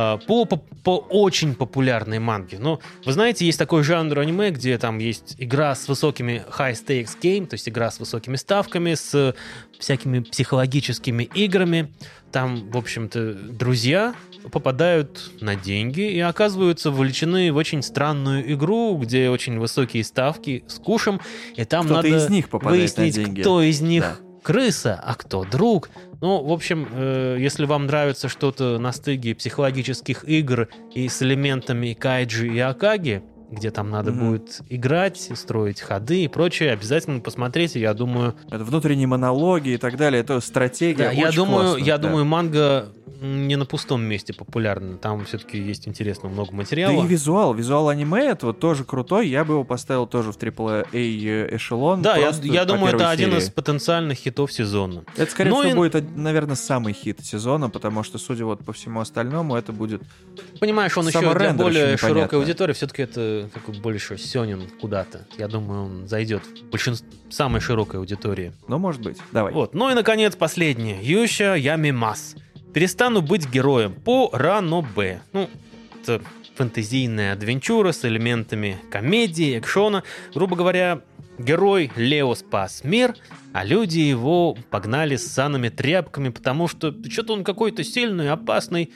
По очень популярной манге. Но, вы знаете, есть такой жанр аниме, где там есть игра с высокими high stakes game, то есть игра с высокими ставками, с всякими психологическими играми. там, в общем-то, друзья попадают на деньги и оказываются вовлечены в очень странную игру, где очень высокие ставки с кушем, и там
Кто-то
надо
из них попадает
выяснить,
на деньги.
кто из них
Да.
крыса, а кто друг. Ну, в общем, если вам нравится что-то на стыке психологических игр и с элементами кайджи и акаги, где там надо будет играть, строить ходы и прочее, обязательно посмотрите, я думаю...
Это внутренние монологи и так далее, это стратегия.
Да, я
очень
думаю,
классно,
я
да.
думаю, манга не на пустом месте популярна. Там все-таки есть интересно много
Да
материала.
и визуал аниме, это вот тоже крутой, я бы его поставил тоже в AAA эшелон.
Да,
просто
я
по
думаю, это
первой
один
серии.
из потенциальных хитов сезона.
Это, скорее
Ну
всего,
и-
будет, наверное, самый хит сезона, потому что, судя вот по всему остальному, это будет...
Понимаешь, он еще для
Саморендер
более
еще
широкой
непонятно.
аудитории, все-таки это такой больше сёнэн куда-то. Я думаю, он зайдет в большинство самой широкой аудитории.
Ну, может быть. Давай.
Вот. Ну и, наконец, последнее. Юша Ямимас. Перестану быть героем по Ранобе. Ну, это фэнтезийная адвенчура с элементами комедии, экшона. Грубо говоря, герой Лео спас мир, а люди его погнали с санными тряпками, потому что что-то он какой-то сильный, опасный.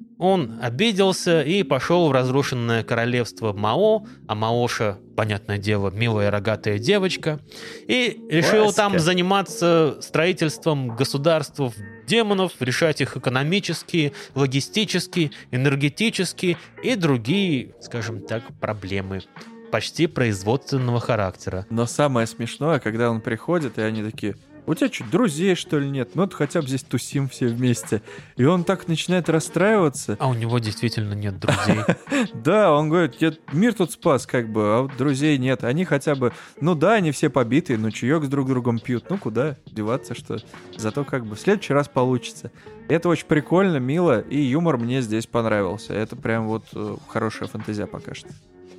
Он обиделся и пошел в разрушенное королевство Мао, а Маоша, понятное дело, милая рогатая девочка, и решил
Классика.
там заниматься строительством государств демонов, решать их экономические, логистические, энергетические и другие, скажем так, проблемы почти производственного характера.
Но самое смешное, когда он приходит, и они такие: у тебя что, друзей, что ли, нет? Ну, хотя бы здесь тусим все вместе. И он так начинает расстраиваться.
А у него действительно нет друзей.
Да, он говорит, я мир тут спас, как бы, а вот друзей нет. Они хотя бы, ну да, они все побитые, но чаек с друг другом пьют. Ну, куда деваться, что? Зато как бы в следующий раз получится. Это очень прикольно, мило, и юмор мне здесь понравился. Это прям вот хорошая фантазия пока что.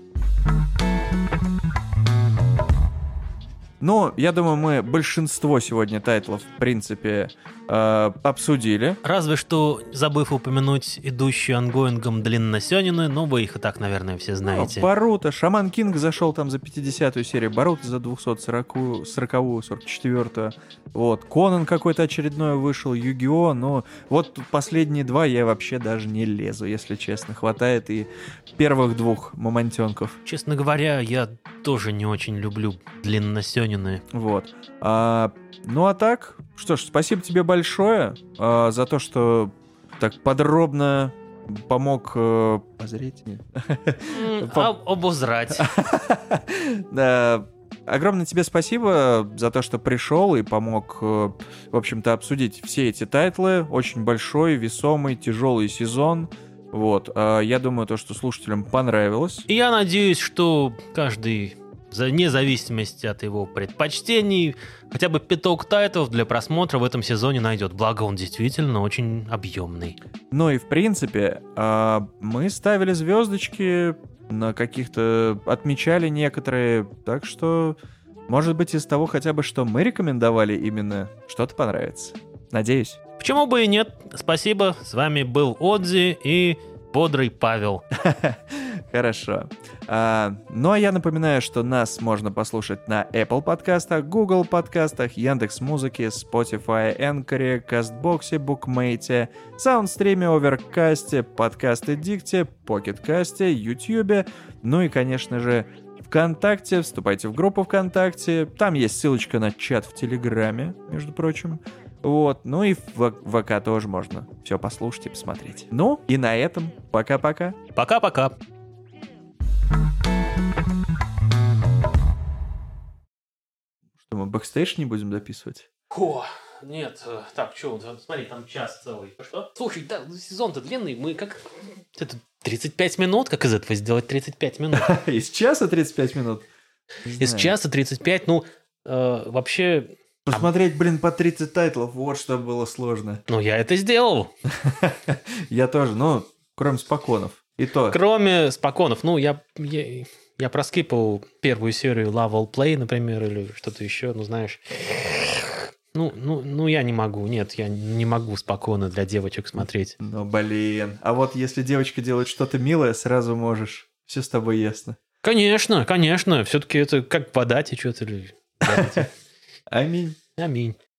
Ну, я думаю, мы большинство сегодня тайтлов, в принципе, обсудили.
Разве что забыв упомянуть идущие ангоингом длинносёнины, но вы их и так, наверное, все знаете.
Боруто, Шаман Кинг зашел там за 50-ю серию, Боруто за 240-ю, 40-ю, 44-ю. Вот, Конан какой-то очередной вышел, Yu-Gi-Oh! Но вот тут последние два я вообще даже не лезу, если честно. Хватает и первых двух мамонтенков.
Честно говоря, я тоже не очень люблю длинносёнины.
Вот. Ну а так, что ж, спасибо тебе большое за то, что так подробно помог позреть.
Обозрать.
Да, огромное тебе спасибо за то, что пришел и помог, в общем-то, обсудить все эти тайтлы. Очень большой, весомый, тяжелый сезон. Вот. Я думаю, то, что слушателям понравилось.
И я надеюсь, что каждый, вне зависимости от его предпочтений, хотя бы пяток тайтлов для просмотра в этом сезоне найдет. Благо, он действительно очень объемный.
Ну и в принципе, мы ставили звездочки на каких-то, отмечали некоторые, так что, может быть, из того хотя бы, что мы рекомендовали, именно что-то понравится. Надеюсь.
Почему бы и нет? Спасибо. С вами был Одзи и бодрый Павел.
Хорошо. Ну а я напоминаю, что нас можно послушать на Apple подкастах, Google подкастах, Яндекс.Музыке, Spotify, Anchor, Кастбоксе, Букмейте, Саундстриме, Оверкасте, Подкаст Эдикте, Покеткасте, Ютьюбе, ну и, конечно же, ВКонтакте. Вступайте в группу ВКонтакте. Там есть ссылочка на чат в Телеграме, между прочим. Вот, ну и в ВК тоже можно все послушать и посмотреть. Ну, и на этом пока-пока.
Пока-пока.
Что, мы бэкстейдж не будем дописывать?
О, нет, так, что, смотри, там час целый. Что? Слушай, да, сезон-то длинный, мы как... Это 35 минут? Как из этого сделать 35 минут?
Из часа 35 минут?
Из часа 35, ну, вообще...
Посмотреть, блин, по 30 тайтлов, вот что было сложно.
Ну, я это сделал.
Я тоже, ну, кроме споконов. И то.
Кроме споконов, ну, я проскипал первую серию Level Play, например, или что-то еще, ну, знаешь... Ну, я не могу, нет, я не могу спокойно для девочек смотреть.
Ну, блин. А вот если девочка делает что-то милое, сразу можешь. Все с тобой ясно.
Конечно, все-таки это как вода течет или...
Аминь.
Аминь.